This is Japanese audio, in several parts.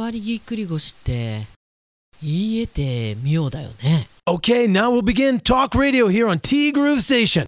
割りぎっくり腰って言えて妙だよね。 Okay, now we'll begin Talk Radio here on T Groove Station.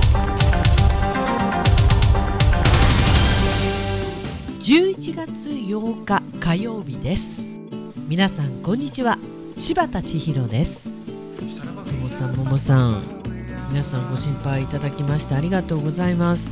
11月8日火曜日です。皆さんこんにちは、柴田千尋です。ともさん、ももさん、皆さんご心配いただきましてありがとうございます。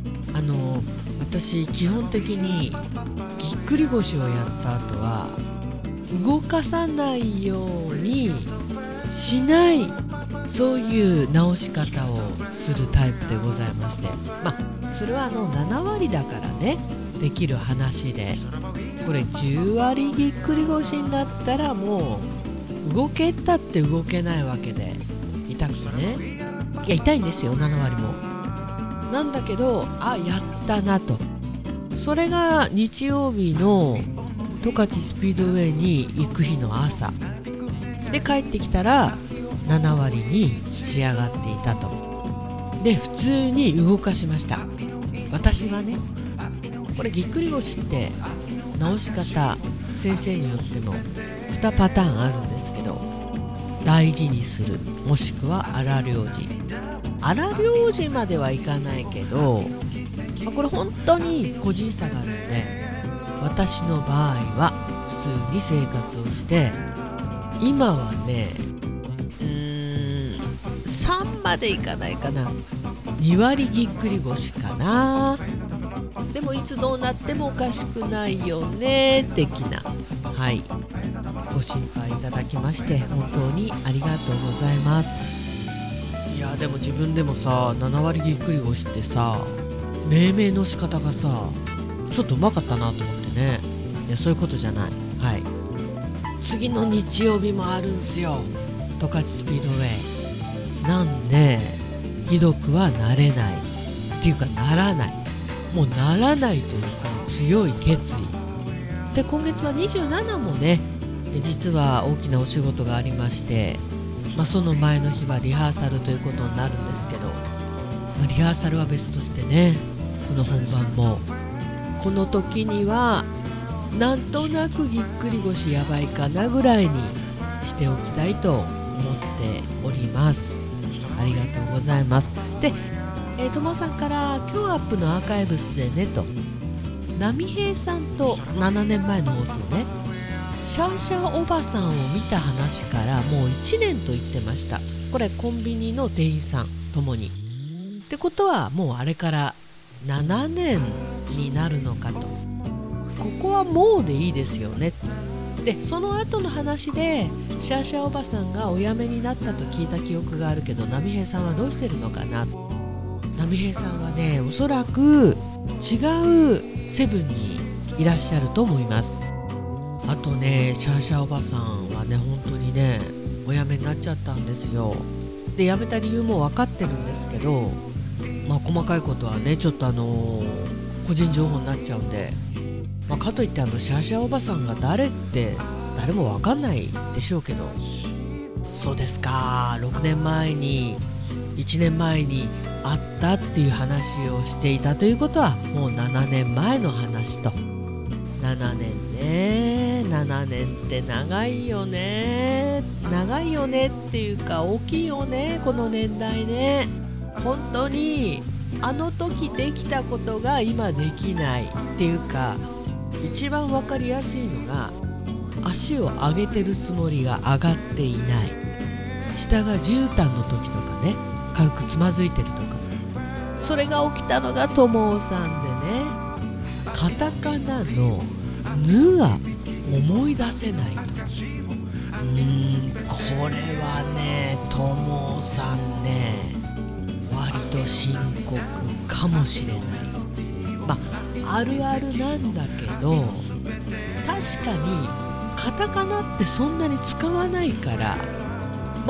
私基本的にぎっくり腰をやった後は動かさないようにしない、そういう治し方をするタイプでございまして、それは7割だからねできる話で、これ10割ぎっくり腰になったらもう動けたって動けないわけで、痛くてね、いや痛いんですよ7割もなんだけど、やったなと。それが日曜日の十勝スピードウェイに行く日の朝で、帰ってきたら7割に仕上がっていたと。で普通に動かしました。私はね、これぎっくり腰って治し方先生によっても2パターンあるんですけど、大事にする、もしくは荒療治。荒療治まではいかないけど、これ本当に個人差があるので、私の場合は普通に生活をして、今はね3までいかないかな、2割ぎっくり腰かな。でもいつどうなってもおかしくないよね的な、ご心配いただきまして本当にありがとうございます。いやでも自分でもさ、7割ぎっくり腰ってさ、命名の仕方がさちょっとうまかったなと思ってね。いやそういうことじゃない。次の日曜日もあるんすよ、十勝スピードウェイなんで、ひどくはなれないっていうかならない、もうならないというこの強い決意で、今月は27もね実は大きなお仕事がありまして、その前の日はリハーサルということになるんですけど、リハーサルは別としてね、この本番もこの時にはなんとなくぎっくり腰やばいかなぐらいにしておきたいと思っております。ありがとうございます。で、ともさんから今日アップのアーカイブスでねと、波平さんと7年前の放送ね、シャーシャーおばさんを見た話からもう1年と言ってました。これコンビニの店員さんともにってことは、もうあれから7年になるのかと。ここはもうでいいですよね。でその後の話でシャーシャーおばさんがお辞めになったと聞いた記憶があるけど、波平さんはどうしてるのかな。波平さんはね、おそらく違うセブンにいらっしゃると思います。あとね、シャーシャーおばさんはね、本当にねお辞めになっちゃったんですよ。で辞めた理由も分かってるんですけど、細かいことはねちょっと個人情報になっちゃうんで、かといってシャーシャーおばさんが誰って誰も分かんないでしょうけど、そうですか、6年前に1年前に会ったっていう話をしていたということはもう7年前の話と。7年ね、7年って長いよね、長いよねっていうか大きいよね、この年代ね。本当にあの時できたことが今できないっていうか、一番わかりやすいのが、足を上げてるつもりが上がっていない、下が絨毯の時とかね、軽くつまずいてるとか、それが起きたのが友尾さんでね、カタカナのぬが思い出せないと。これはね、友尾さんね割と深刻かもしれない。あるあるなんだけど、確かにカタカナってそんなに使わないから、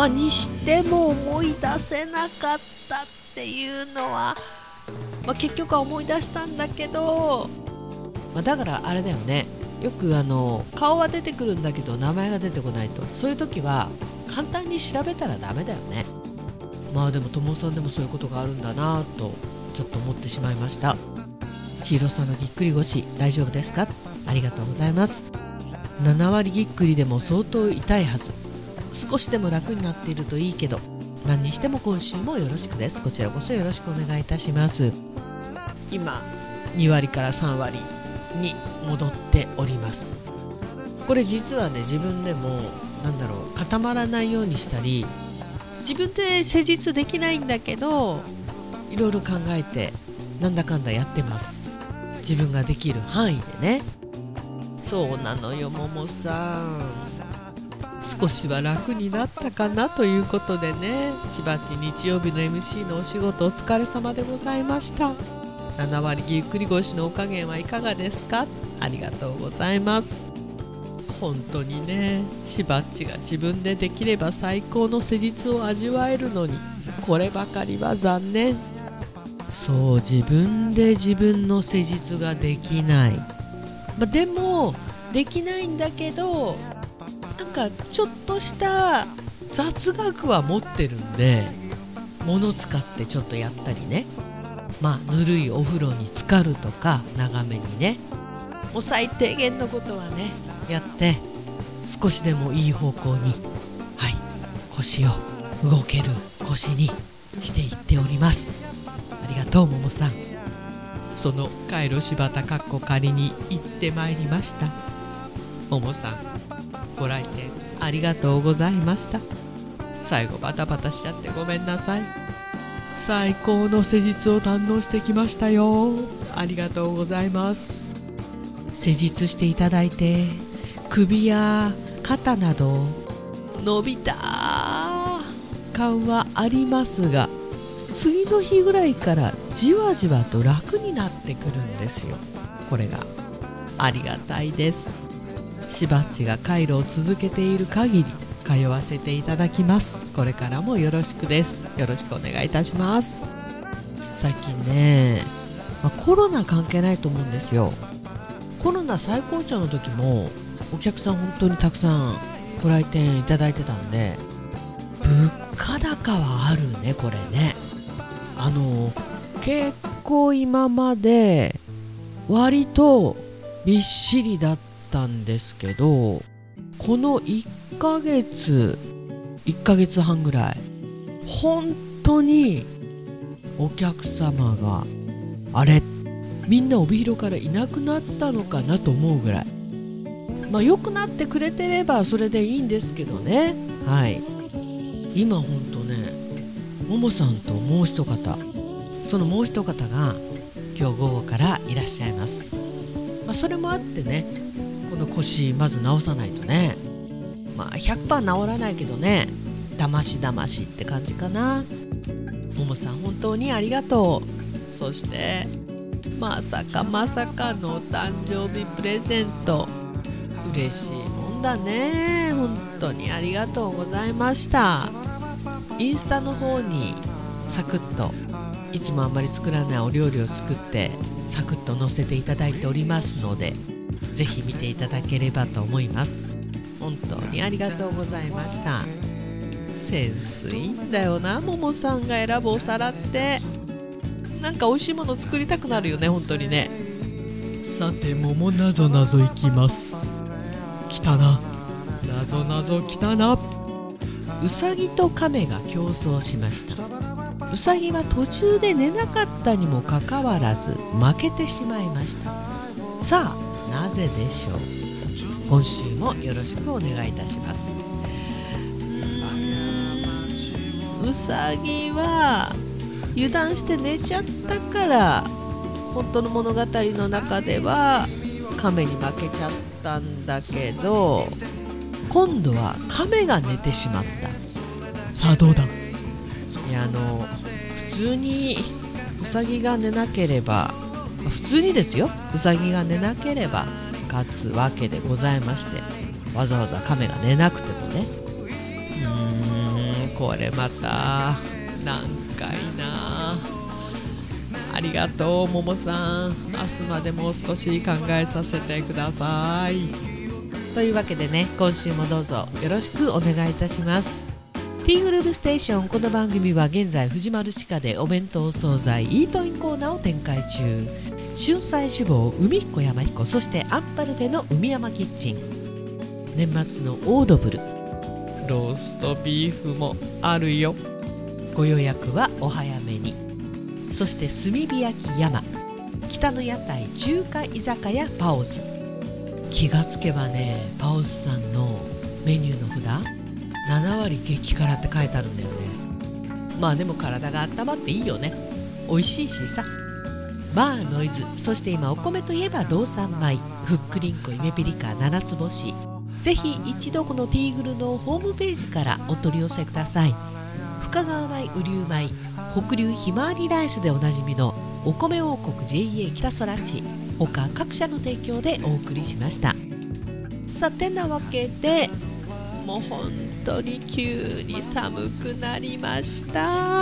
にしても思い出せなかったっていうのは、結局は思い出したんだけど、だからあれだよね、よく顔は出てくるんだけど名前が出てこないと、そういう時は簡単に調べたらダメだよね。でも友さんでもそういうことがあるんだなとちょっと思ってしまいました。千尋さんのぎっくり腰大丈夫ですか？ありがとうございます。 7割ぎっくりでも相当痛いはず。少しでも楽になっているといいけど、何にしても今週もよろしくです。こちらこそよろしくお願いいたします。今2割から3割に戻っております。これ実はね、自分でも固まらないようにしたり、自分で施術できないんだけどいろいろ考えてなんだかんだやってます。自分ができる範囲でね。そうなのよ、ももさん。少しは楽になったかなということでね、しばっち日曜日の MC のお仕事お疲れ様でございました。7割ぎっくり腰のお加減はいかがですか？ありがとうございます。本当にね、しばっちが自分でできれば最高の施術を味わえるのに、こればかりは残念。そう、自分で自分の施術ができない、でもできないんだけど、ちょっとした雑学は持ってるんで、物使ってちょっとやったりね、ぬるいお風呂に浸かるとか、長めにね、もう最低限のことはねやって、少しでもいい方向に、腰を動ける腰にしていっております。ありがとう、ももさん。そのカイロ柴田仮に行ってまいりました。ももさん、ご来店ありがとうございました。最後バタバタしちゃってごめんなさい。最高の施術を堪能してきましたよ。ありがとうございます。施術していただいて、首や肩など伸びた感はありますが、次の日ぐらいからじわじわと楽になってくるんですよ。これがありがたいです。しばっちがカイロを続けている限り通わせていただきます。これからもよろしくです。よろしくお願いいたします。最近ね、コロナ関係ないと思うんですよ。コロナ最高潮の時もお客さん本当にたくさんご来店いただいてたんで、物価高はあるね、これね。結構今まで割とびっしりだったんですけど、この1ヶ月半ぐらい本当にお客様がみんな帯広からいなくなったのかなと思うぐらい、良くなってくれてればそれでいいんですけどね。今ほんとね、ももさんともう一方、そのもう一方が今日午後からいらっしゃいます。それもあってね、この腰まず治さないとね、100% 治らないけどね、だましって感じかな。ももさん本当にありがとう。そしてまさかのお誕生日プレゼント、嬉しいもんだね。本当にありがとうございました。インスタの方にサクッと、いつもあんまり作らないお料理を作ってサクッと載せていただいておりますので、ぜひ見ていただければと思います。本当にありがとうございました。センスいいんだよな、ももさんが選ぶお皿って。美味しいもの作りたくなるよね、本当にね。さて、桃なぞなぞいきます。来たな、なぞなぞ来たな。うさぎと亀が競争しました。うさぎは途中で寝なかったにもかかわらず負けてしまいました。さあ、なぜでしょう。今週もよろしくお願いいたします。うさぎは油断して寝ちゃったから、本当の物語の中では亀に負けちゃったんだけど、今度は亀が寝てしまった。さあどうだ。普通にうさぎが寝なければ、普通にですよ、うさぎが寝なければ勝つわけでございまして、わざわざ亀が寝なくてもね。これまた難解な。ありがとう、ももさん。明日までもう少し考えさせてください。というわけでね、今週もどうぞよろしくお願いいたします。ティーグルーブステーション。この番組は現在藤丸地下でお弁当惣菜イートインコーナーを展開中。春菜志望海彦山彦、そしてアンパルフェの海山キッチン。 年末のオードブル、ローストビーフもあるよ。ご予約はお早めに。そして炭火焼き山、北の屋台中華居酒屋パオズ。気がつけばね、パオズさんのメニューの札7割激辛って書いてあるんだよね。まあでも体が温まっていいよね。美味しいしさ。バーノイズ、そして今お米といえば道産米、ふっくりんこ夢ピリカ七つ星。ぜひ一度このティーグルのホームページからお取り寄せください。深川米、雨竜米、北流ひまわりライスでおなじみのお米王国 JA 北空地、他各社の提供でお送りしました。さてなわけで、もう本当に急に寒くなりました。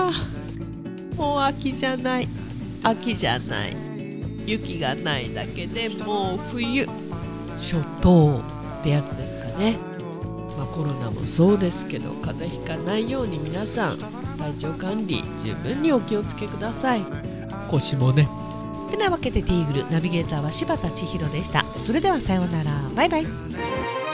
もう秋じゃない、秋じゃない、雪がないだけでもう冬、初冬ってやつですかね。コロナもそうですけど、風邪ひかないように皆さん体調管理十分にお気をつけください。腰もね。てなわけでティーグルナビゲーターは柴田千尋でした。それではさようなら、バイバイ。